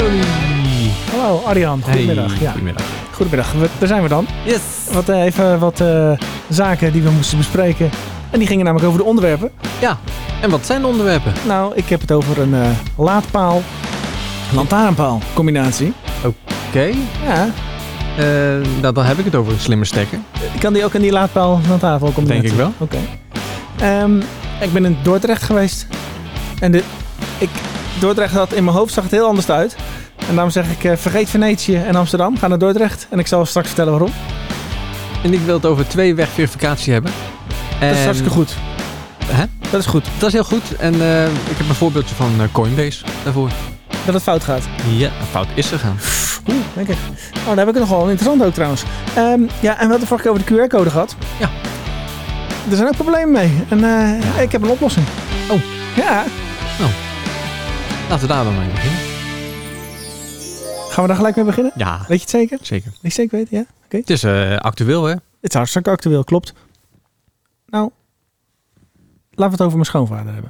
Tony. Hallo Arjan, goedemiddag. Hey, goedemiddag. Goedemiddag, daar zijn we dan. Yes. Even wat zaken die we moesten bespreken. En die gingen namelijk over de onderwerpen. Ja, en wat zijn de onderwerpen? Nou, ik heb het over een laadpaal-lantaarnpaal combinatie. Oké. Ja. Dan heb ik het over een slimme stekker. Kan die ook in die laadpaal-lantaarnpaal combinatie? Denk ik wel. Oké. Ik ben in Dordrecht geweest. En Dordrecht had in mijn hoofd zag het heel anders uit. En daarom zeg ik, vergeet Venetië en Amsterdam. Ga naar Dordrecht. En ik zal straks vertellen waarom. En ik wil het over 2-weg-verificatie hebben. Dat is hartstikke goed. Hè? Dat is goed. Dat is heel goed. En ik heb een voorbeeldje van Coinbase daarvoor. Dat het fout gaat. Ja, fout is gegaan. Lekker. Oh, daar heb ik er nog wel een interessant ook trouwens. En we hadden de vorige keer over de QR-code gehad. Ja. Er zijn ook problemen mee. En ik heb een oplossing. Oh. Ja. Nou. Laten we daar dan mee beginnen. Gaan we daar gelijk mee beginnen? Ja. Weet je het zeker? Zeker. Weet je zeker weten, ja? Oké. Het is actueel, hè? Het is hartstikke actueel, klopt. Nou, laten we het over mijn schoonvader hebben.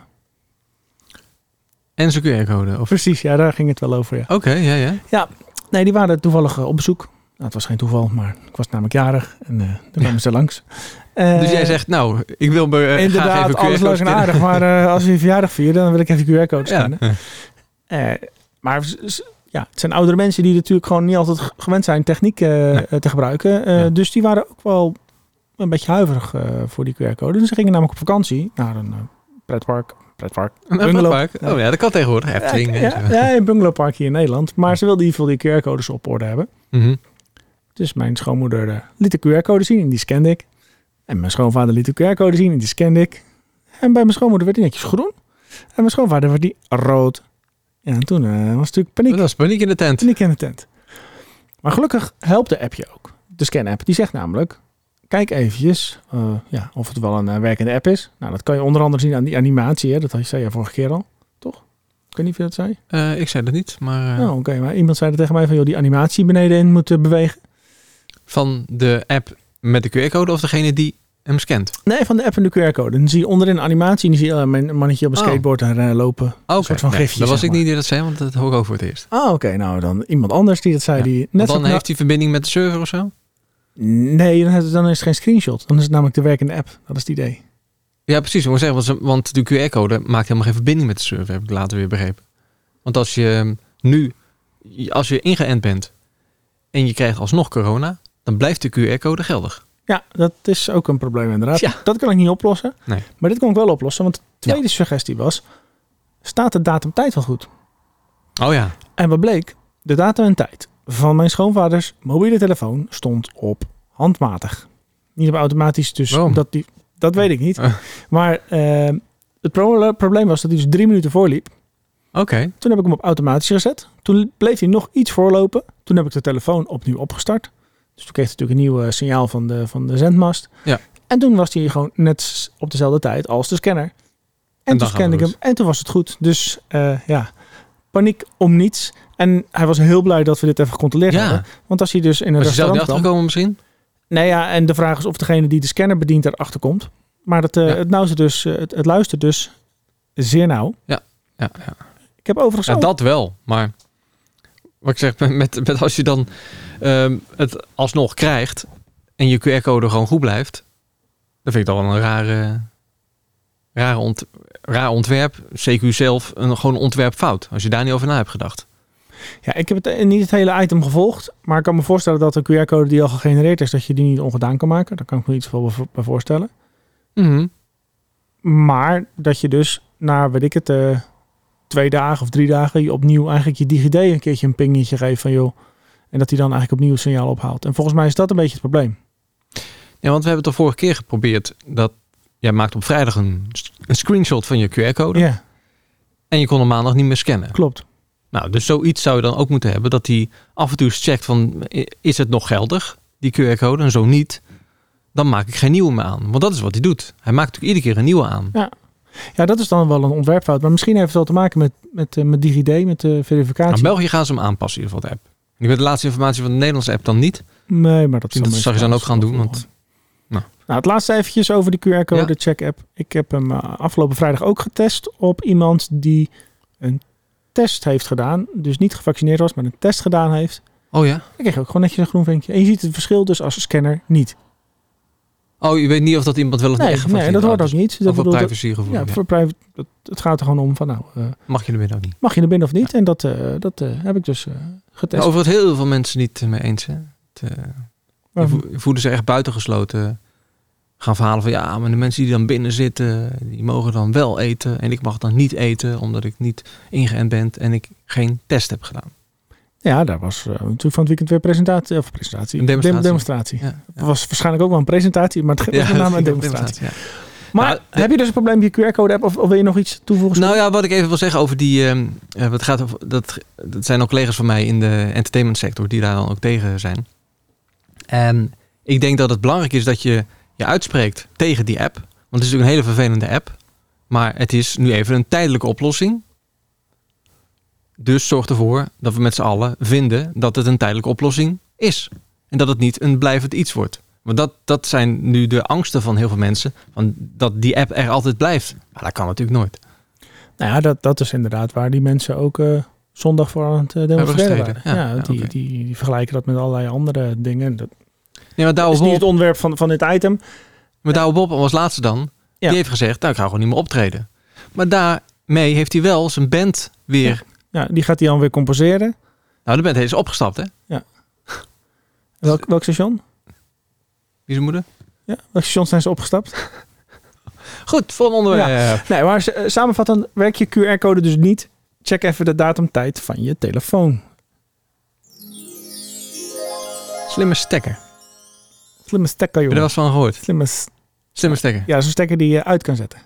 En zijn QR-code? Of... Precies, ja, daar ging het wel over, ja. Oké, ja. Ja, nee, die waren toevallig op bezoek. Nou, het was geen toeval, maar ik was namelijk jarig en toen kwamen ze langs. Dus jij zegt, nou, ik wil me inderdaad, graag even alles leuk en aardig, maar als we je verjaardag vieren, dan wil ik even QR-code scannen. Ja. Maar ja, het zijn oudere mensen die natuurlijk gewoon niet altijd gewend zijn techniek te gebruiken. Dus die waren ook wel een beetje huiverig voor die QR-code. Dus ze gingen namelijk op vakantie naar een pretpark. Een pretpark? Oh ja, dat kan tegenwoordig. Efteling. Ja, een bungalowpark hier in Nederland. Maar ze wilden in ieder geval die QR-codes op orde hebben. Mm-hmm. Dus mijn schoonmoeder liet de QR-code zien en die scande ik. En mijn schoonvader liet de QR-code zien en die scande ik. En bij mijn schoonmoeder werd die netjes groen. En mijn schoonvader werd die rood. Ja, en toen was het natuurlijk paniek. Dat was paniek in de tent. Paniek in de tent. Maar gelukkig helpt de appje ook. De scan-app. Die zegt namelijk, kijk eventjes of het wel een werkende app is. Nou, dat kan je onder andere zien aan die animatie. Hè? Dat zei je vorige keer al, toch? Ik weet niet of je dat zei. Ik zei dat niet, maar... Oké, maar iemand zei er tegen mij van, joh, die animatie beneden in moet bewegen. Van de app met de QR-code of degene die hem scant? Nee, van de app en de QR-code. Dan zie je onderin een animatie en dan zie je mijn mannetje op een skateboard lopen. Een soort van gifje. Dat was ik niet die dat zei, want dat hoor ik ook voor het eerst. Oké, nou dan iemand anders die dat zei. Die net dan heeft hij verbinding met de server of zo? Nee, dan is het geen screenshot. Dan is het namelijk de werkende app. Dat is het idee. Ja, precies. Ik moet zeggen, want de QR-code maakt helemaal geen verbinding met de server, heb ik later weer begrepen. Want als je ingeënt bent en je krijgt alsnog corona, dan blijft de QR-code geldig. Ja, dat is ook een probleem inderdaad. Ja. Dat kan ik niet oplossen. Nee. Maar dit kon ik wel oplossen. Want de tweede suggestie was, staat de datum tijd wel goed? Oh ja. En wat bleek? De datum en tijd van mijn schoonvaders mobiele telefoon stond op handmatig. Niet op automatisch, dus dat weet ik niet. Maar het probleem was dat hij dus 3 minuten voorliep. Oké. Toen heb ik hem op automatisch gezet. Toen bleef hij nog iets voorlopen. Toen heb ik de telefoon opnieuw opgestart. Dus toen kreeg hij natuurlijk een nieuw signaal van de zendmast. Ja. En toen was hij gewoon net op dezelfde tijd als de scanner. En toen scande ik hem en toen was het goed. Dus paniek om niets. En hij was heel blij dat we dit even gecontroleerd hadden. Want als hij dus in een restaurant kwam... achterkomen misschien? Nee, ja, en de vraag is of degene die de scanner bedient erachter komt. Maar het luistert dus zeer nauw. Ja. Ik heb overigens ook... dat wel, maar wat ik zeg, met als je dan het alsnog krijgt en je QR-code gewoon goed blijft, dan vind ik dat wel een raar ontwerp. CQ zelf gewoon een ontwerpfout, als je daar niet over na hebt gedacht. Ja, ik heb niet het hele item gevolgd, maar ik kan me voorstellen dat een QR-code die al gegenereerd is, dat je die niet ongedaan kan maken. Daar kan ik me iets bij voorstellen. Mm-hmm. Maar dat je dus na, 2 dagen of 3 dagen je opnieuw eigenlijk je DigiD een keertje een pingetje geeft van joh. En dat hij dan eigenlijk opnieuw een signaal ophaalt. En volgens mij is dat een beetje het probleem. Ja, want we hebben het de vorige keer geprobeerd dat jij maakt op vrijdag een screenshot van je QR-code. Ja. En je kon hem maandag niet meer scannen. Klopt. Nou, dus zoiets zou je dan ook moeten hebben dat hij af en toe eens checkt van is het nog geldig, die QR-code? En zo niet, dan maak ik geen nieuwe meer aan. Want dat is wat hij doet. Hij maakt natuurlijk iedere keer een nieuwe aan. Ja, dat is dan wel een ontwerpfout. Maar misschien heeft het wel te maken met DigiD, met de verificatie. In België gaan ze hem aanpassen in ieder geval, de app. Ik weet de laatste informatie van de Nederlandse app dan niet. Nee, maar dat zag je dan ook gaan doen. Want, nou, het laatste eventjes over de QR-code check-app. Ik heb hem afgelopen vrijdag ook getest op iemand die een test heeft gedaan, dus niet gevaccineerd was, maar een test gedaan heeft, Oh ja? dan krijg je ook gewoon netjes een groen vinkje. En je ziet het verschil dus als scanner niet. Oh, je weet niet of dat iemand wel of niet echt gevaccineerd Nee, dat hoort is. ook niet. Of voor bedoelt- privacygevoel. Ja, voor private, het gaat er gewoon om van, Mag je er binnen ook niet. mag je er binnen of niet? En dat heb ik dus getest. Over het heel veel mensen niet mee eens. Hè? Die voelen zich echt buitengesloten. Gaan verhalen van ja, maar de mensen die dan binnen zitten, die mogen dan wel eten. En ik mag dan niet eten, omdat ik niet ingeënt ben en ik geen test heb gedaan. Ja, daar was natuurlijk van het weekend weer presentatie. Een Demonstratie. Ja, Het was waarschijnlijk ook wel een presentatie, maar het was met name een demonstratie. Ja. Maar Nou, heb je dus een probleem met je QR-code-app of wil je nog iets toevoegen? Nou ja, wat ik even wil zeggen over die... wat gaat over, dat zijn ook collega's van mij in de entertainment sector die daar dan ook tegen zijn. En ik denk dat het belangrijk is dat je je uitspreekt tegen die app. Want het is natuurlijk een hele vervelende app. Maar het is nu even een tijdelijke oplossing. Dus zorg ervoor dat we met z'n allen vinden dat het een tijdelijke oplossing is. En dat het niet een blijvend iets wordt. Want dat zijn nu de angsten van heel veel mensen. Van dat die app er altijd blijft. Maar dat kan natuurlijk nooit. Nou ja, dat is inderdaad waar die mensen ook zondag voor aan het demonstreren waren. Ja, die vergelijken dat met allerlei andere dingen. Dat Nee, maar is niet het onderwerp van dit item. Maar Douwe Bob als laatste dan. Ja. Die heeft gezegd, nou ik ga gewoon niet meer optreden. Maar daarmee heeft hij wel zijn band weer... Ja, die gaat hij dan weer compenseren. Nou, de band is opgestapt, hè? Welk station? Wie zijn moeder? Ja, welk station zijn ze opgestapt? Goed, volgende onderwerp. Nee, maar samenvattend werk je QR-code dus niet. Check even de datumtijd van je telefoon. Slimme stekker. Slimme stekker, Heb je jongen. er wel eens van gehoord? Slimme stekker. Ja, zo'n stekker die je uit kan zetten.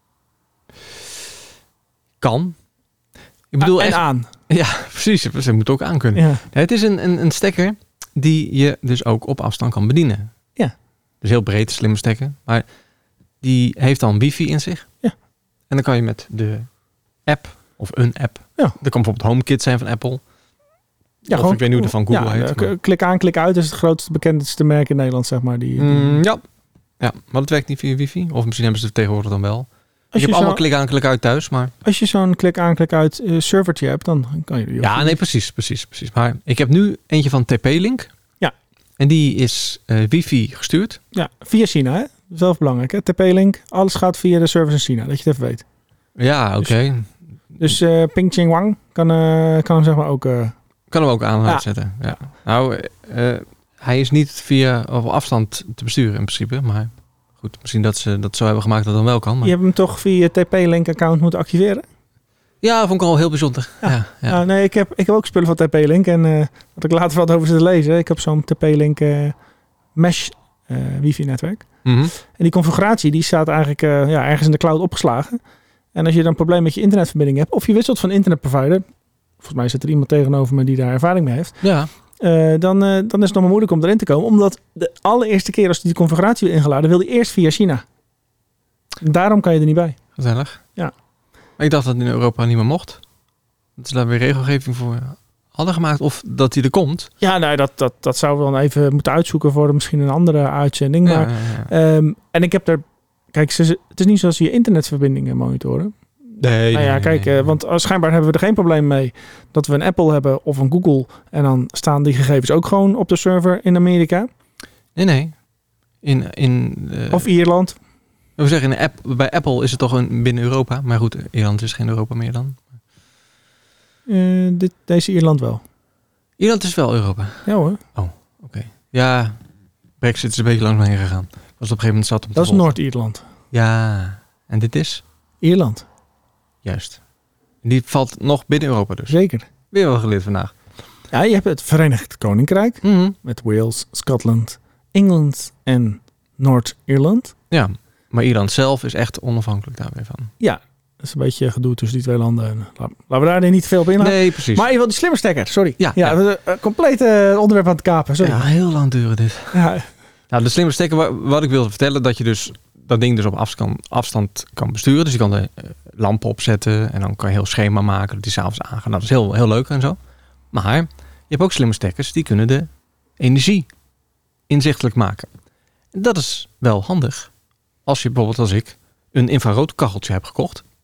Kan. Ik bedoel en echt... aan. Ja, precies. Ze moet ook aan kunnen. Ja. Ja, het is een stekker die je dus ook op afstand kan bedienen. Ja. Dus heel breed, slimme stekker. Maar die heeft dan wifi in zich. Ja. En dan kan je met de app of een app. Ja. Dat kan bijvoorbeeld HomeKit zijn van Apple. Ja, of ik weet niet hoe de van Google heet. Maar... Klik aan, klik uit is het grootste, bekendste merk in Nederland, zeg maar. Ja, maar dat werkt niet via wifi. Of misschien hebben ze het tegenwoordig dan wel. Ik heb je allemaal klik aan, klik uit thuis, maar... Als je zo'n klik aan, klik uit servertje hebt, dan kan je... Ja, nee, precies. Maar ik heb nu eentje van TP-Link. Ja. En die is wifi gestuurd. Ja, via China, hè? Zelf belangrijk, hè? TP-Link, alles gaat via de servers in China, dat je het even weet. Ja, oké. Dus Ping Ching Wang kan hem zeg maar ook... Kan hem ook aan en uitzetten. Ja. Nou, hij is niet via op afstand te besturen in principe, maar... Goed, misschien dat ze dat zo hebben gemaakt dat het dan wel kan. Maar... Je hebt hem toch via je TP-Link-account moeten activeren? Ja, vond ik al heel bijzonder. Ja. Nou, nee, ik heb ook spullen van TP-Link. En wat ik later wat over zitten lezen. Ik heb zo'n TP-Link mesh wifi-netwerk. Mm-hmm. En die configuratie die staat eigenlijk ergens in de cloud opgeslagen. En als je dan een probleem met je internetverbinding hebt... of je wisselt van internetprovider... volgens mij zit er iemand tegenover me die daar ervaring mee heeft... Ja. Dan is het nog maar moeilijk om erin te komen. Omdat de allereerste keer als die configuratie werd ingeladen... wil die eerst via China. Daarom kan je er niet bij. Gezellig. Ja. Maar ik dacht dat het in Europa niet meer mocht. Dat ze daar weer regelgeving voor hadden gemaakt. Of dat die er komt. Ja, nou, dat zouden we dan even moeten uitzoeken... voor misschien een andere uitzending. Maar, en ik heb er... Kijk, het is niet zoals je internetverbindingen monitoren. Nee. Want schijnbaar hebben we er geen probleem mee... dat we een Apple hebben of een Google... en dan staan die gegevens ook gewoon op de server in Amerika. Nee. Of Ierland. We zeggen bij Apple is het toch binnen Europa. Maar goed, Ierland is geen Europa meer dan. Deze Ierland wel. Ierland is wel Europa. Ja hoor. Oh, oké. Ja, Brexit is een beetje langs me heen gegaan. Was op een gegeven moment zat om te Dat is Noord-Ierland. Ja, en dit is? Ierland. Juist. En die valt nog binnen Europa dus. Zeker. Weer wel geleerd vandaag. Ja, je hebt het Verenigd Koninkrijk. Mm-hmm. Met Wales, Scotland, Engeland en Noord-Ierland. Ja, maar Ierland zelf is echt onafhankelijk daar weer van. Ja, dat is een beetje gedoe tussen die twee landen. Laten we daar niet te veel op ingaan. Nee, precies. Maar je wil die slimme stekker, sorry. Ja. Compleet onderwerp aan het kapen, sorry. Ja, heel lang duren dit. Ja. Nou, de slimme stekker, wat ik wilde vertellen, dat je dus dat ding dus op afstand kan besturen. Dus je kan de lampen opzetten en dan kan je heel schema maken dat die s'avonds aangaan. Nou, dat is heel, heel leuk en zo. Maar je hebt ook slimme stekkers die kunnen de energie inzichtelijk maken. En dat is wel handig. Als je bijvoorbeeld als ik een infrarood kacheltje heb gekocht.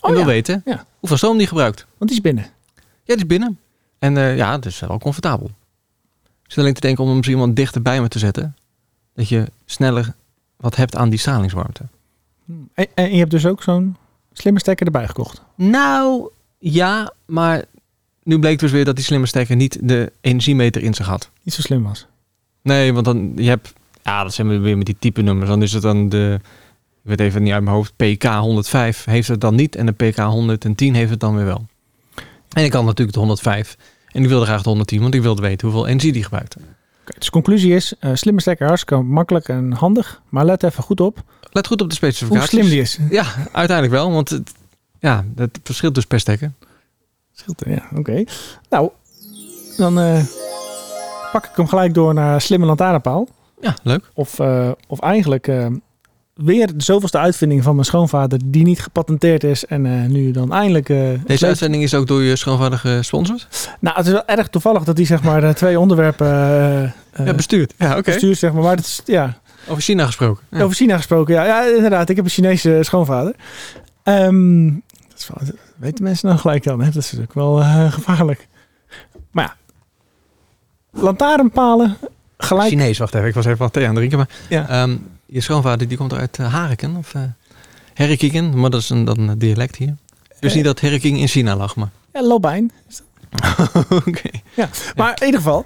En wil weten hoeveel stroom die gebruikt. Want die is binnen. Ja, die is binnen. En het is wel comfortabel. Ik zit alleen te denken om hem iemand dichter bij me te zetten. Dat je sneller wat hebt aan die stralingswarmte. En je hebt dus ook zo'n slimme stekker erbij gekocht? Nou, ja, maar nu bleek dus weer dat die slimme stekker niet de energiemeter in zich had. Niet zo slim was. Nee, want dan je hebt... Ja, dat zijn we weer met die type nummers. Dan is het dan de... Ik weet even niet uit mijn hoofd. PK 105 heeft het dan niet. En de PK 110 heeft het dan weer wel. En ik had natuurlijk de 105. En ik wilde graag de 110. Want ik wilde weten hoeveel energie die gebruikte. Okay, dus conclusie is... slimme stekker hartstikke makkelijk en handig. Maar let even goed op. Let goed op de specificaties. Hoe slim die is. Ja, uiteindelijk wel. Want het verschilt dus per stekker. Ja, oké. Nou, dan pak ik hem gelijk door naar slimme lantaarnpaal. Ja, leuk. Of eigenlijk weer de zoveelste uitvinding van mijn schoonvader die niet gepatenteerd is en nu dan eindelijk... Deze uitzending is ook door je schoonvader gesponsord? Nou, het is wel erg toevallig dat hij zeg maar 2 onderwerpen... bestuurt. Ja, oké. Bestuurt, zeg maar. Maar het is, ja... Over China gesproken. Ja. Over China gesproken, ja. Ja, inderdaad. Ik heb een Chinese schoonvader. Dat weten mensen nou gelijk dan. Hè? Dat is natuurlijk wel gevaarlijk. Maar ja. Lantaarnpalen gelijk... Chinees, wacht even. Ik was even wat thee aan het drinken. Maar ja. Je schoonvader die komt uit Hariken of Herikingen. Maar dat is een dialect hier. Dus niet dat Herikingen in China lag, maar... Ja, Lobijn. Oké. Ja, maar in ieder geval...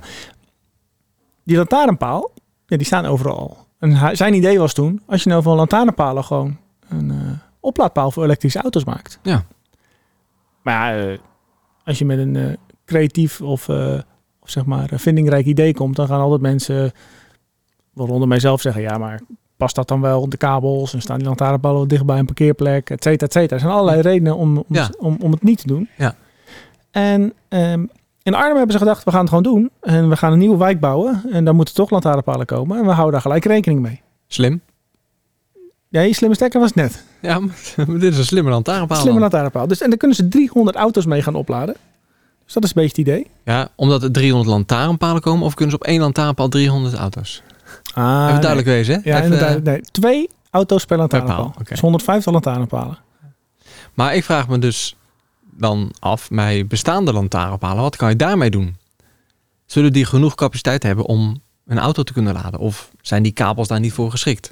Die lantaarnpaal, ja, die staan overal. En zijn idee was toen... Als je nou van lantaarnpalen gewoon een oplaadpaal voor elektrische auto's maakt. Ja. Maar ja, als je met een creatief of zeg maar vindingrijk idee komt... dan gaan altijd mensen, waaronder mijzelf, zeggen... ja, maar past dat dan wel, de kabels... en staan die lantaarnpalen wat dicht bij een parkeerplek, et cetera, et cetera. Er zijn allerlei redenen om het niet te doen. Ja. En in Arnhem hebben ze gedacht, we gaan het gewoon doen... en we gaan een nieuwe wijk bouwen... en daar moeten toch lantaarnpalen komen... en we houden daar gelijk rekening mee. Slim. Ja, je slimme stekker was het net. Ja, maar dit is een slimme lantaarnpaal. Slimme lantaarnpaal. Dus, en daar kunnen ze 300 auto's mee gaan opladen. Dus dat is een beetje het idee. Ja, omdat er 300 lantaarnpalen komen... of kunnen ze op 1 lantaarnpaal 300 auto's? Even duidelijk wezen, hè? Ja, inderdaad. Nee, 2 auto's per lantaarnpaal. Okay. Dus 150 lantaarnpalen. Maar ik vraag me dus dan af... bij bestaande lantaarnpalen, wat kan je daarmee doen? Zullen die genoeg capaciteit hebben om een auto te kunnen laden? Of zijn die kabels daar niet voor geschikt?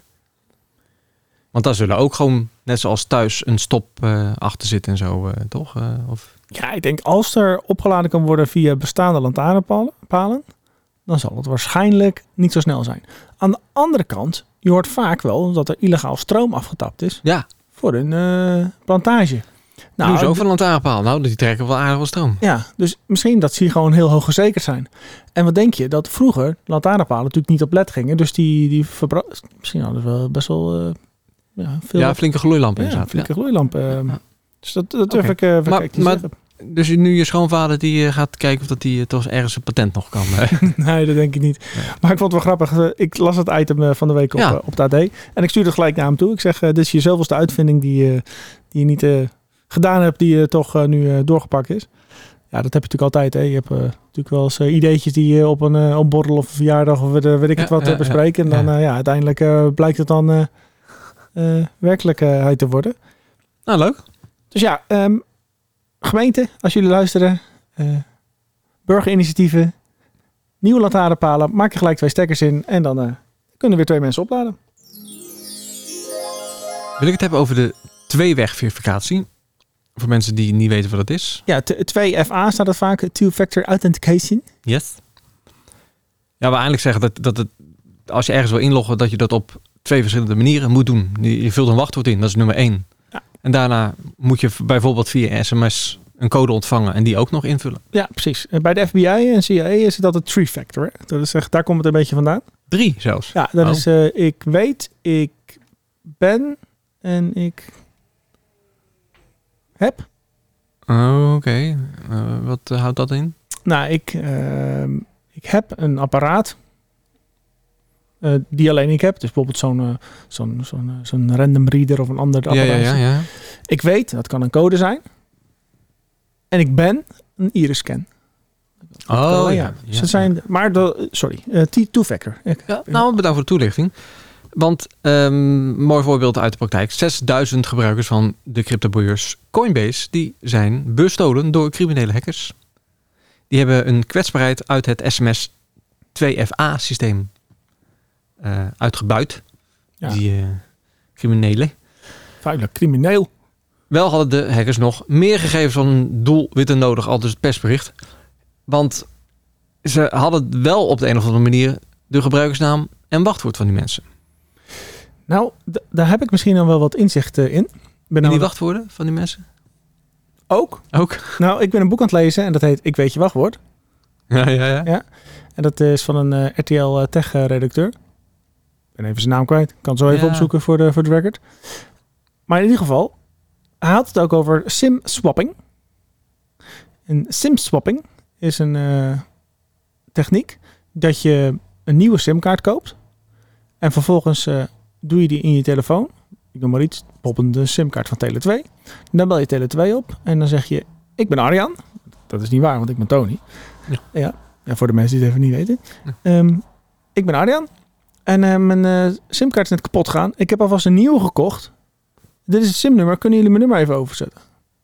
Want daar zullen ook gewoon, net zoals thuis, een stop achter zitten en zo, toch? Of... Ja, ik denk als er opgeladen kan worden via bestaande lantaarnpalen, dan zal het waarschijnlijk niet zo snel zijn. Aan de andere kant, je hoort vaak wel dat er illegaal stroom afgetapt is voor een plantage. Nou, doen ze ook van een lantaarnpaal? Nou, die trekken wel aardig wat stroom. Ja, dus misschien dat ze gewoon heel hoog gezekerd zijn. En wat denk je? Dat vroeger lantaarnpalen natuurlijk niet op LED gingen. Dus die misschien hadden ze wel best wel... flinke gloeilampen. Ja, flinke gloeilampen. Ja. Dus dat durf ik even te zeggen. Dus nu je schoonvader die gaat kijken of dat die toch ergens een patent nog kan. Nee, dat denk ik niet. Nee. Maar ik vond het wel grappig. Ik las het item van de week op het AD. En ik stuurde het gelijk naar hem toe. Ik zeg, dit is je zoveelste uitvinding die je niet gedaan hebt, die toch nu doorgepakt is. Ja, dat heb je natuurlijk altijd. Hè. Je hebt natuurlijk wel eens ideetjes die je op een borrel of een verjaardag of weet ik het wat bespreken. En dan uiteindelijk blijkt het dan werkelijkheid te worden. Nou, leuk. Dus ja, gemeente, als jullie luisteren, burgerinitiatieven, nieuwe lantaarnpalen, maak je gelijk 2 stekkers in en dan kunnen weer 2 mensen opladen. Wil ik het hebben over de 2-weg-verificatie? Voor mensen die niet weten wat het is. Ja, 2FA staat het vaak, Two-Factor Authentication. Yes. Ja, we eigenlijk zeggen dat het, als je ergens wil inloggen, dat je dat op 2 verschillende manieren moet doen. Je vult een wachtwoord in, dat is nummer 1. Ja. En daarna moet je bijvoorbeeld via sms een code ontvangen en die ook nog invullen. Ja, precies. Bij de FBI en CIA is het altijd 3-factor. Dat is echt, daar komt het een beetje vandaan. 3 zelfs? Ja, dat is ik weet, ik ben en ik heb. Oh, oké. Wat houdt dat in? Nou, ik heb een apparaat die alleen ik heb. Dus bijvoorbeeld zo'n random reader of een ander apparaat. Ja. Ik weet, dat kan een code zijn. En ik ben een iris-scan. Oh, ja. Dus dat zijn, maar sorry, two-factor. Nou, bedankt voor de toelichting. Want, mooi voorbeeld uit de praktijk. 6000 gebruikers van de cryptobeurs Coinbase, die zijn bestolen door criminele hackers. Die hebben een kwetsbaarheid uit het SMS 2FA-systeem uitgebuit. Ja. Die criminelen. Vuile crimineel. Wel hadden de hackers nog meer gegevens van doelwitten nodig, al dus het persbericht. Want ze hadden wel op de een of andere manier de gebruikersnaam en wachtwoord van die mensen. Nou, daar heb ik misschien dan wel wat inzicht in. En die wachtwoorden van die mensen? Ook. Nou, ik ben een boek aan het lezen en dat heet Ik weet je wachtwoord. Ja. En dat is van een RTL Tech-redacteur. Ik ben even zijn naam kwijt. Ik kan het zo even opzoeken voor de record. Maar in ieder geval, hij had het ook over SIM-swapping. En SIM-swapping is een techniek dat je een nieuwe SIM-kaart koopt. En vervolgens doe je die in je telefoon. Ik noem maar iets, bijvoorbeeld een SIM-kaart van Tele2. Dan bel je Tele2 op en dan zeg je, ik ben Arjan. Dat is niet waar, want ik ben Tony. Ja, voor de mensen die het even niet weten. Ja. Ik ben Arjan. En mijn SIM-kaart is net kapot gegaan. Ik heb alvast een nieuwe gekocht. Dit is het SIM-nummer. Kunnen jullie mijn nummer even overzetten?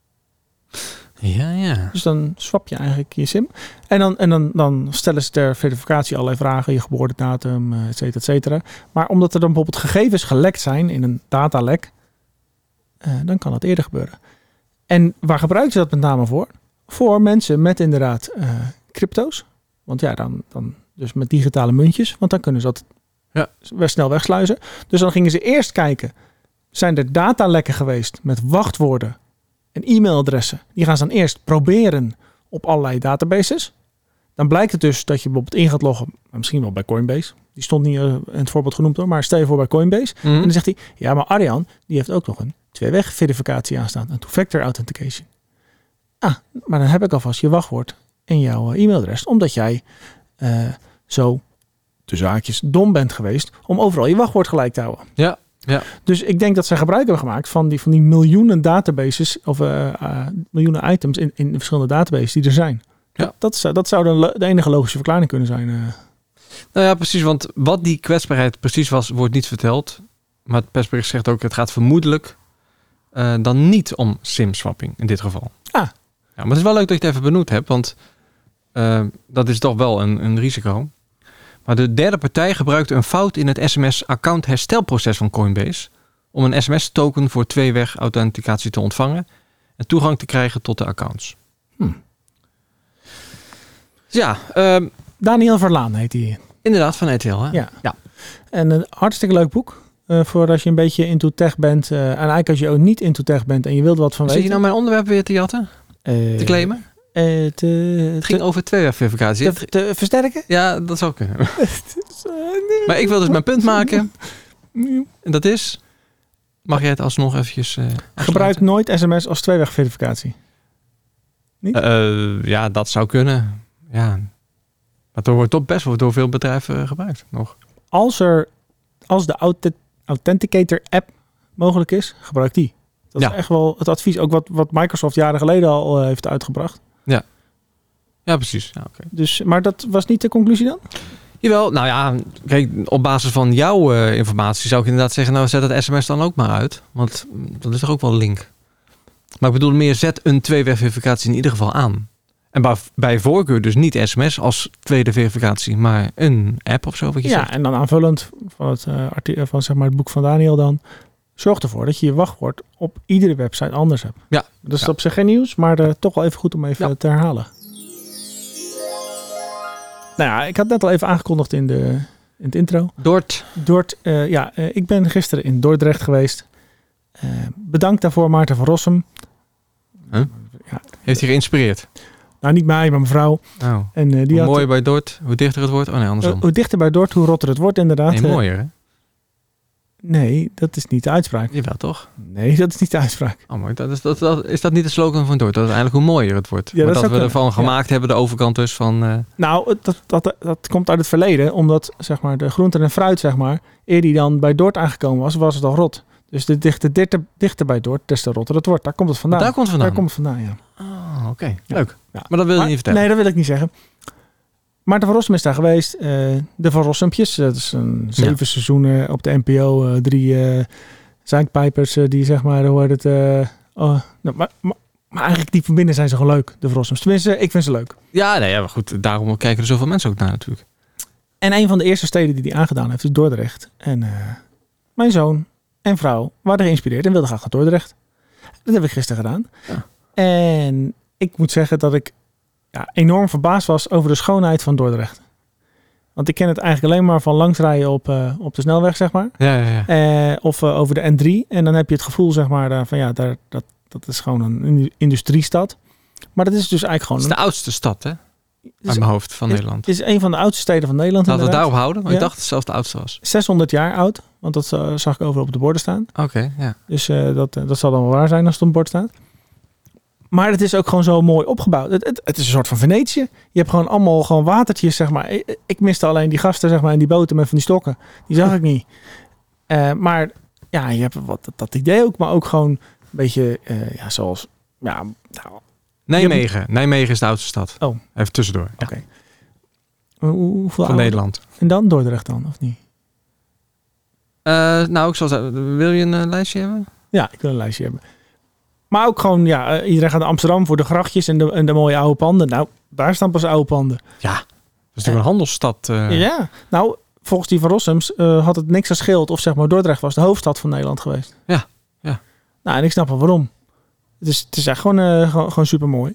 Ja. Dus dan swap je eigenlijk je SIM. En dan stellen ze ter verificatie allerlei vragen. Je geboortedatum, et cetera, et cetera. Maar omdat er dan bijvoorbeeld gegevens gelekt zijn in een datalek, dan kan dat eerder gebeuren. En waar gebruiken ze dat met name voor? Voor mensen met inderdaad crypto's. Want ja, dan dus met digitale muntjes. Want dan kunnen ze dat snel wegsluizen. Dus dan gingen ze eerst kijken, zijn er datalekken geweest met wachtwoorden en e-mailadressen? Die gaan ze dan eerst proberen op allerlei databases. Dan blijkt het dus dat je bijvoorbeeld in gaat loggen, misschien wel bij Coinbase. Die stond niet in het voorbeeld genoemd hoor, maar stel je voor bij Coinbase. Mm-hmm. En dan zegt hij, ja maar Arjan, die heeft ook nog een 2-weg verificatie aanstaan. Een two-factor authentication. Maar dan heb ik alvast je wachtwoord en jouw e-mailadres. Omdat jij zo, tussen haakjes, dom bent geweest om overal je wachtwoord gelijk te houden. Ja. Dus ik denk dat ze gebruik hebben gemaakt van die miljoenen databases of miljoenen items in de verschillende databases die er zijn. Ja. Dat zou de enige logische verklaring kunnen zijn. Nou ja, precies. Want wat die kwetsbaarheid precies was, wordt niet verteld. Maar het persbericht zegt ook, het gaat vermoedelijk dan niet om SIM-swapping in dit geval. Ja, maar het is wel leuk dat je het even benoemd hebt, want dat is toch wel een risico. Maar de derde partij gebruikte een fout in het SMS-account herstelproces van Coinbase om een SMS-token voor 2-weg authenticatie te ontvangen en toegang te krijgen tot de accounts. Ja, Daniel Verlaan heet hij. Inderdaad, van RTL. Hè? Ja. En een hartstikke leuk boek. Voor als je een beetje into tech bent. En eigenlijk als je ook niet into tech bent en je wilt wat van weten. Zit je nou mijn onderwerp weer te jatten? Te claimen? Het ging over 2-weg verificatie. Te versterken? Ja, dat zou kunnen. Maar ik wil dus mijn punt maken. En dat is... Mag jij het alsnog eventjes gebruik nooit sms als 2-weg verificatie. Niet? Ja, dat zou kunnen. Ja. Maar het wordt toch best wel door veel bedrijven gebruikt nog. Als de Authenticator app mogelijk is, gebruik die. Dat is echt wel het advies. Ook wat Microsoft jaren geleden al heeft uitgebracht. Ja, precies. Ja, okay. Dus, maar dat was niet de conclusie dan? Jawel, nou ja, kijk, op basis van jouw informatie zou ik inderdaad zeggen, nou zet het sms dan ook maar uit. Want dat is toch ook wel een link. Maar ik bedoel meer, zet een 2-weg verificatie in ieder geval aan. En bij voorkeur dus niet sms als tweede verificatie, maar een app of zo wat je zegt. En dan aanvullend van zeg maar het boek van Daniel dan. Zorg ervoor dat je je wachtwoord op iedere website anders hebt. Ja. Dat is op zich geen nieuws, maar toch wel even goed om even te herhalen. Nou ja, ik had net al even aangekondigd in het intro. Dort, ik ben gisteren in Dordrecht geweest. Bedankt daarvoor Maarten van Rossum. Huh? Ja. Heeft hij geïnspireerd? Nou, niet mij, maar mijn vrouw. Oh. En, hoe mooier bij Dort, hoe dichter het wordt? Oh nee, andersom. Hoe dichter bij Dort, hoe rotter het wordt inderdaad. Nee, mooier hè? Nee, dat is niet de uitspraak. Jawel, toch? Nee, dat is niet de uitspraak. Oh, maar is dat niet de slogan van Dort? Dat is eigenlijk hoe mooier het wordt. Ja, dat we ervan gemaakt hebben, de overkant dus van... Nou, dat komt uit het verleden. Omdat zeg maar, de groente en fruit, zeg maar, eer die dan bij Dort aangekomen was het al rot. Dus de dichter bij Dort, des te rotter het wordt. Daar komt het vandaan. Daar komt het vandaan, ja. Oh, oké. Leuk. Ja. Maar dat wil je niet vertellen. Nee, dat wil ik niet zeggen. Maarten van Rossum is daar geweest. De Van Rossum'tjes. Dat is een 7 seizoenen op de NPO. 3 zeinkpijpers die zeg maar... maar eigenlijk diep van binnen zijn ze gewoon leuk. De Van Rossums. Tenminste, ik vind ze leuk. Ja, nee, maar goed. Daarom kijken er zoveel mensen ook naar natuurlijk. En een van de eerste steden die hij aangedaan heeft is Dordrecht. En mijn zoon en vrouw waren geïnspireerd en wilden graag naar Dordrecht. Dat heb ik gisteren gedaan. Ja. En ik moet zeggen dat ik enorm verbaasd was over de schoonheid van Dordrecht. Want ik ken het eigenlijk alleen maar van langsrijden op de snelweg, zeg maar. Ja. Of over de N3. En dan heb je het gevoel, zeg maar, van dat is gewoon een industriestad. Maar dat is dus eigenlijk gewoon... Het is de oudste stad, hè? Uit mijn hoofd van Nederland. Het is een van de oudste steden van Nederland. Laten we het daarop houden, want ik dacht dat het zelfs de oudste was. 600 jaar oud, want dat zag ik overal op de borden staan. Oké, ja. Dus dat zal dan wel waar zijn als het op het bord staat. Maar het is ook gewoon zo mooi opgebouwd. Het is een soort van Venetië. Je hebt gewoon allemaal gewoon watertjes, zeg maar. Ik miste alleen die gasten, zeg maar, in die boten met van die stokken. Die zag ik niet. Maar ja, je hebt dat idee ook. Maar ook gewoon een beetje, zoals... Ja, Nijmegen. Nijmegen is de oudste stad. Oh. Even tussendoor. Ja. Oké. Hoeveel van Nederland. En dan Dordrecht dan, of niet? Ik zal zeggen, wil je een lijstje hebben? Ja, ik wil een lijstje hebben. Maar ook gewoon, iedereen gaat naar Amsterdam voor de grachtjes en de mooie oude panden. Nou, daar staan pas oude panden. Ja, dat is natuurlijk een handelsstad. Ja, nou, volgens die Van Rossums had het niks gescheeld of zeg maar Dordrecht was de hoofdstad van Nederland geweest. Ja. Nou, en ik snap wel waarom. Het is echt gewoon super mooi.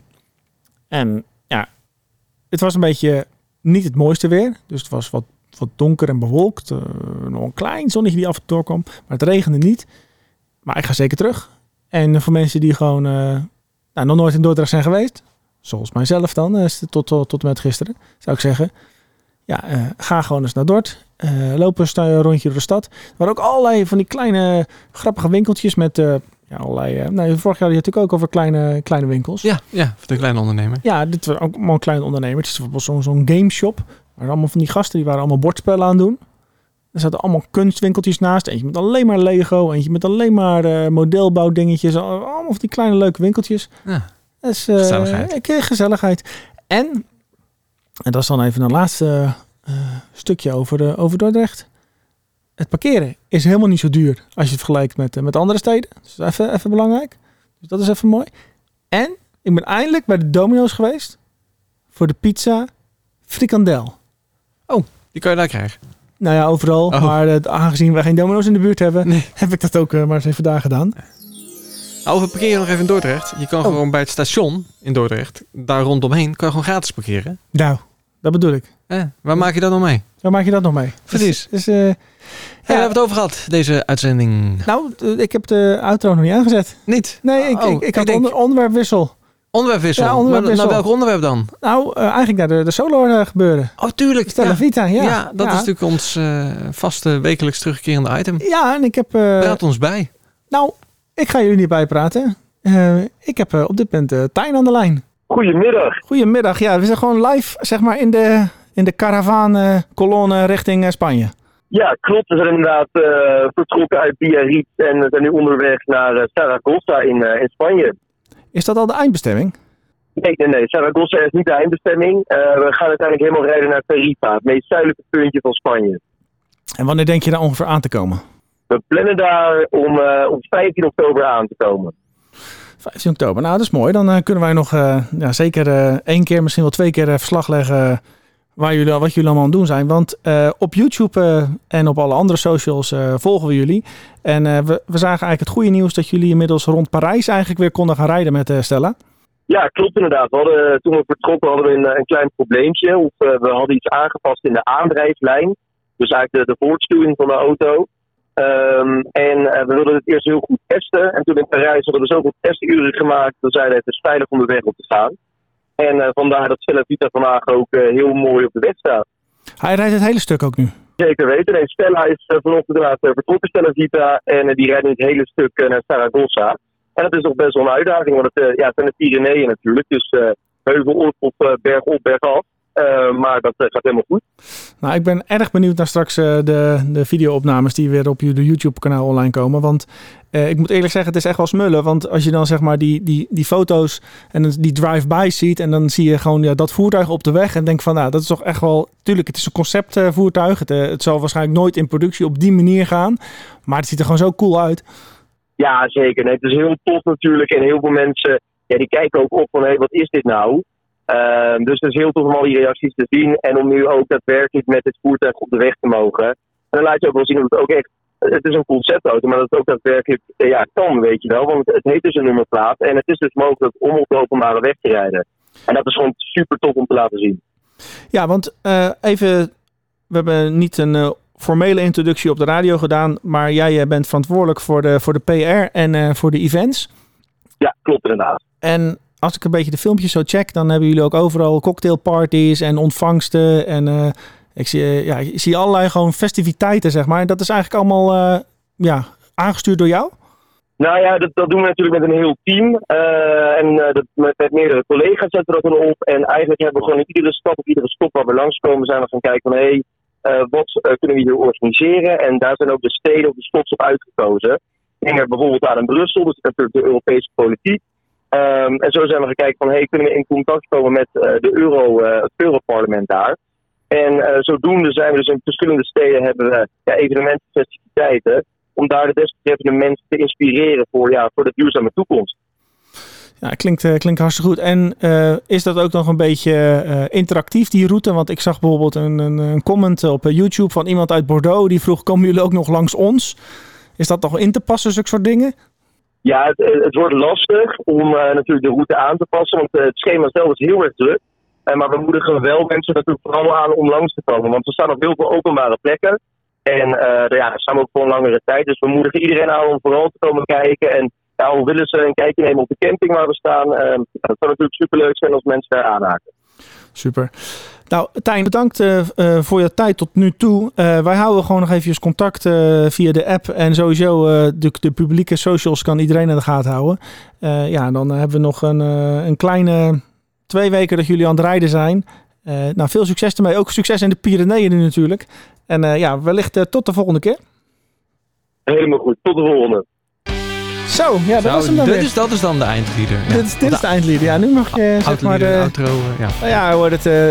En ja, het was een beetje niet het mooiste weer. Dus het was wat donker en bewolkt. Nog een klein zonnetje die af en toe doorkwam. Maar het regende niet. Maar ik ga zeker terug. En voor mensen die gewoon nog nooit in Dordrecht zijn geweest. Zoals mijzelf dan, tot en met gisteren. Zou ik zeggen. Ja, ga gewoon eens naar Dort. Lopen een rondje door de stad. Er waren ook allerlei van die kleine grappige winkeltjes met... vorig jaar had je natuurlijk ook over kleine winkels. Ja, voor de kleine ondernemer. Ja, dit was ook allemaal kleine ondernemers. Het is bijvoorbeeld zo'n gameshop. Waar allemaal van die gasten, die waren allemaal bordspellen aan het doen. Er zaten allemaal kunstwinkeltjes naast. Eentje met alleen maar Lego. Eentje met alleen maar modelbouwdingetjes. Allemaal van die kleine leuke winkeltjes. Ja, dat is, gezelligheid. Gezelligheid. En dat is dan even een laatste stukje over Dordrecht. Het parkeren is helemaal niet zo duur als je het vergelijkt met andere steden. Dus dat is even belangrijk. Dus dat is even mooi. En ik ben eindelijk bij de Domino's geweest voor de pizza frikandel. Oh, die kan je daar krijgen. Nou ja, overal. Oh. Maar aangezien wij geen Domino's in de buurt hebben, heb ik dat ook maar eens even daar gedaan. Over parkeren nog even in Dordrecht. Je kan gewoon bij het station in Dordrecht, daar rondomheen, kan je gewoon gratis parkeren. Nou, dat bedoel ik. Waar maak je dat nog mee? Waar maak je dat nog mee? Precies. Dus, we hebben het over gehad, deze uitzending. Nou, ik heb de outro nog niet aangezet. Niet? Nee, ik had onderwerpwissel. Onderwerpwissel? Ja, onderwerpwissel. Naar welk onderwerp dan? Nou, eigenlijk naar de Solar gebeuren. Oh, tuurlijk. Stella Vita, ja. Ja, dat is natuurlijk ons vaste wekelijks terugkerende item. Ja, en ik heb... Praat ons bij. Nou, ik ga jullie niet bijpraten. Ik heb op dit moment Tijn aan de lijn. Goedemiddag. Goedemiddag, ja. We zijn gewoon live, zeg maar, in de caravan-kolonne richting Spanje. Ja, klopt. We zijn inderdaad vertrokken uit Biarritz en we zijn nu onderweg naar Zaragoza in Spanje. Is dat al de eindbestemming? Nee. Zaragoza is niet de eindbestemming. We gaan uiteindelijk helemaal rijden naar Tarifa, het meest zuidelijke puntje van Spanje. En wanneer denk je daar ongeveer aan te komen? We plannen daar om 15 oktober aan te komen. 15 oktober, nou dat is mooi. Dan kunnen wij nog zeker 1 keer, misschien wel 2 keer verslag leggen wat jullie allemaal aan het doen zijn. Want op YouTube en op alle andere socials volgen we jullie. En we zagen eigenlijk het goede nieuws dat jullie inmiddels rond Parijs eigenlijk weer konden gaan rijden met Stella. Ja, klopt inderdaad. Toen we vertrokken hadden we een klein probleempje. We hadden iets aangepast in de aandrijflijn. Dus eigenlijk de voortstuwing van de auto. En we wilden het eerst heel goed testen. En toen in Parijs hadden we zoveel testuren gemaakt. Toen zeiden het is veilig om de weg op te gaan. En vandaar dat Stella Vita vandaag ook heel mooi op de weg staat. Hij rijdt het hele stuk ook nu? Zeker weten. Nee, Stella is vanochtend inderdaad vertrokken, Stella Vita. En die rijdt nu het hele stuk naar Zaragoza. En dat is nog best wel een uitdaging. Want het zijn de Pyreneeën natuurlijk. Dus heuvel op, berg af. Maar dat gaat helemaal goed. Nou, ik ben erg benieuwd naar straks de video-opnames die weer op jullie YouTube-kanaal online komen. Want ik moet eerlijk zeggen, het is echt wel smullen. Want als je dan zeg maar die foto's en die drive-by's ziet en dan zie je gewoon dat voertuig op de weg en denk van, nou, dat is toch echt wel... Tuurlijk, het is een conceptvoertuig. Het zal waarschijnlijk nooit in productie op die manier gaan. Maar het ziet er gewoon zo cool uit. Ja, zeker. Nee, het is heel tof natuurlijk. En heel veel mensen die kijken ook op van, wat is dit nou? Dus het is heel tof om al die reacties te zien. En om nu ook daadwerkelijk met het voertuig op de weg te mogen. En dan laat je ook wel zien dat het ook echt... Het is een conceptauto, maar dat het ook daadwerkelijk kan, weet je wel. Want het heeft dus een nummerplaat. En het is dus mogelijk om op de openbare weg te rijden. En dat is gewoon super tof om te laten zien. Ja, want even... We hebben niet een formele introductie op de radio gedaan. Maar jij bent verantwoordelijk voor de PR en voor de events. Ja, klopt inderdaad. En als ik een beetje de filmpjes zo check, dan hebben jullie ook overal cocktailparties en ontvangsten. En ik zie allerlei gewoon festiviteiten, zeg maar. Dat is eigenlijk allemaal aangestuurd door jou? Nou ja, dat doen we natuurlijk met een heel team. Met meerdere collega's zetten we dat dan op. En eigenlijk hebben we gewoon in iedere stad of iedere stop waar we langskomen, zijn we gaan kijken van wat kunnen we hier organiseren? En daar zijn ook de steden of de stops op uitgekozen. Ik denk bijvoorbeeld aan Brussel, dus natuurlijk de Europese politiek. En zo zijn we gaan kijken van, kunnen we in contact komen met het Europarlement daar. En zodoende zijn we dus in verschillende steden hebben we evenementen, festiviteiten, om daar de desbetreffende mensen te inspireren voor de duurzame toekomst. Ja, klinkt hartstikke goed. En is dat ook nog een beetje interactief, die route? Want ik zag bijvoorbeeld een comment op YouTube van iemand uit Bordeaux. Die vroeg, komen jullie ook nog langs ons? Is dat nog in te passen, zulke soort dingen? Ja, het wordt lastig om natuurlijk de route aan te passen. Want het schema zelf is heel erg druk. Maar we moedigen wel mensen natuurlijk vooral aan om langs te komen. Want er staan op heel veel openbare plekken. En daar staan we ook voor een langere tijd. Dus we moedigen iedereen aan om vooral te komen kijken. En al willen ze een kijkje nemen op de camping waar we staan. Dat zou natuurlijk superleuk zijn als mensen daar aanhaken. Super. Nou, Tijn, bedankt voor je tijd tot nu toe. Wij houden gewoon nog even contact via de app. En sowieso de publieke socials kan iedereen in de gaten houden. Dan hebben we nog een kleine 2 weken dat jullie aan het rijden zijn. Veel succes ermee. Ook succes in de Pyreneeën nu natuurlijk. En wellicht tot de volgende keer. Helemaal goed. Tot de volgende. Zo, ja, dat was hem dan weer. Dat is dan de eindlieder. Ja. Dit is de eindlieder. Ja, nu mag je zeg maar de outro. Hoor,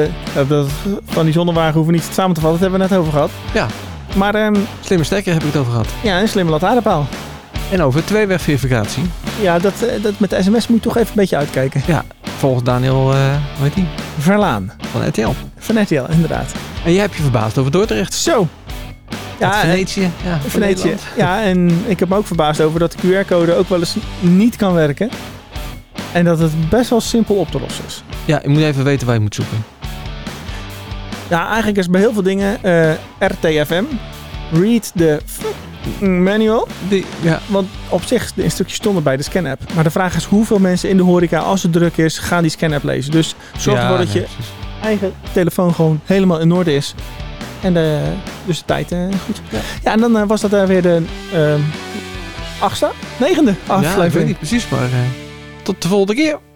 van die zonnewagen hoeven niet samen te vatten. Dat hebben we net over gehad. Ja. Maar slimme stekker heb ik het over gehad. Ja, een slimme lantaarnpaal. En over 2-wegverificatie. Ja, dat met de sms moet je toch even een beetje uitkijken. Ja, volgens Daniel, hoe heet die? Verlaan. Van RTL. Van RTL, inderdaad. En jij hebt je verbaasd over Dordrecht. Zo. Ja, Venetië. Ja, Venetië. Ja, en ik heb me ook verbaasd over dat de QR-code ook wel eens niet kan werken. En dat het best wel simpel op te lossen is. Ja, je moet even weten waar je moet zoeken. Ja, eigenlijk is bij heel veel dingen RTFM. Read the manual. Want op zich, de instructies stonden bij de scan-app. Maar de vraag is hoeveel mensen in de horeca, als het druk is, gaan die scan-app lezen. Dus zorg ervoor dat je eigen telefoon gewoon helemaal in orde is. En dus de tijd goed. Ja, en dan was dat weer de 9e aflevering. Ja, ik weet niet precies, maar tot de volgende keer.